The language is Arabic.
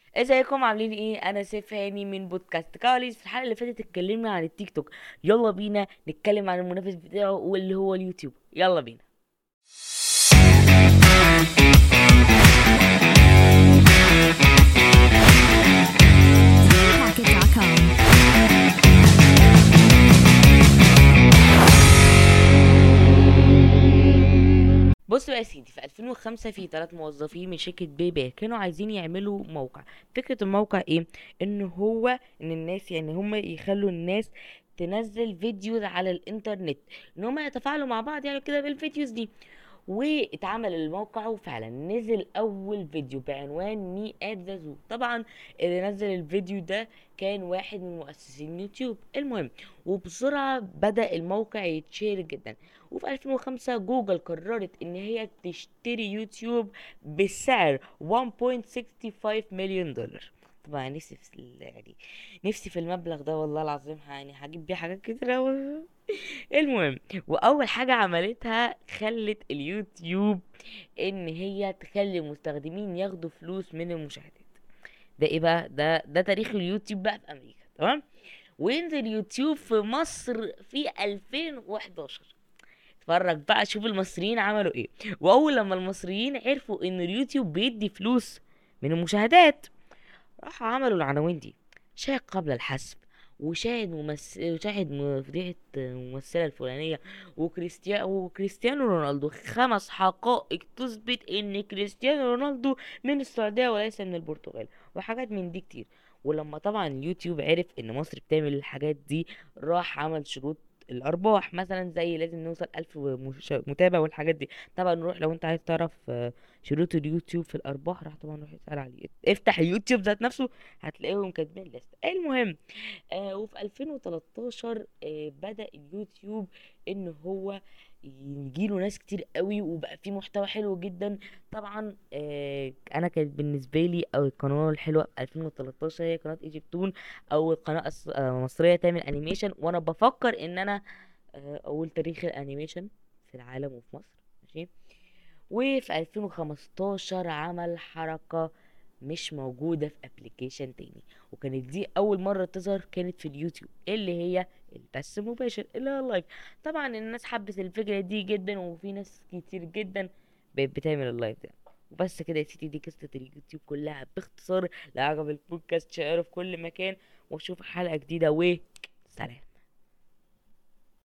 ازيكم عاملين ايه؟ انا سيف هاني من بودكاست كاليز. في الحلقه اللي فاتت اتكلمنا عن التيك توك. يلا بينا نتكلم عن المنافس بتاعه واللي هو اليوتيوب. يلا بينا. Pocket.com. بص بقى يا سيدي، في 2005 في 3 موظفين من شركة باي كانوا عايزين يعملوا موقع. فكرة الموقع ايه؟ ان الناس، يعني هم يخلوا الناس تنزل فيديوز على الانترنت، ان هم يتفاعلوا مع بعض يعني كده بالفيديوز دي. واتعمل الموقع وفعلا نزل اول فيديو بعنوان مي ات ذا زو. طبعا اللي نزل الفيديو ده كان واحد من مؤسسين يوتيوب. المهم، وبسرعة بدأ الموقع يتشهر جدا. وفي 2005 جوجل قررت ان هي تشتري يوتيوب بسعر 1.65 مليون دولار. طبعا نفسي في يعني نفسي في المبلغ ده والله العظيم، يعني هجيب بيه حاجات كتير أوي. المهم، واول حاجة عملتها خلت اليوتيوب ان هي تخلي المستخدمين ياخدوا فلوس من المشاهدات. ده ايه بقى؟ ده تاريخ اليوتيوب بقى في امريكا، تمام. وينزل يوتيوب في مصر في 2011. اتفرج بقى، شوف المصريين عملوا ايه. واول لما المصريين عرفوا ان اليوتيوب بيدي فلوس من المشاهدات، راحوا عملوا العناوين دي: شاهد قبل الحسم، وشاهد فضيحة ممثلة الفلانية، وكريستيانو رونالدو 5 حقائق تثبت ان كريستيانو رونالدو من السعودية وليس من البرتغال، وحاجات من دي كتير. ولما طبعا اليوتيوب عرف ان مصر بتعمل الحاجات دي، راح عمل شروط الارباح، مثلا زي لازم نوصل 1000 متابع والحاجات دي. طبعا نروح لو انت عايز تعرف شروط اليوتيوب في الارباح، راح طبعا روح اسال عليه، افتح اليوتيوب ذات نفسه هتلاقيهم كاتبين لسه. المهم، وفي 2013 بدأ اليوتيوب ان هو يجيله ناس كتير قوي، وبقى فيه محتوى حلو جدا. طبعا انا كانت بالنسبه لي او القناه الحلوه في 2013 هي قناه ايجيبتون، او القناه مصريه تعمل انيميشن. وانا بفكر ان انا اقول تاريخ الانيميشن في العالم وفي مصر. ماشي. وفي 2015 عمل حركة مش موجودة في ابلكيشن تاني، وكانت دي اول مرة تظهر، كانت في اليوتيوب، اللي هي البث المباشر اللي هو اللايف. طبعا الناس حبت الفكرة دي جدا، وفي ناس كتير جدا بقت بتعمل اللايف ده. وبس كده يا سيدي، دي قصة اليوتيوب كلها باختصار. لو عجب البودكاست شيره في كل مكان، واشوف حلقة جديدة، و سلام.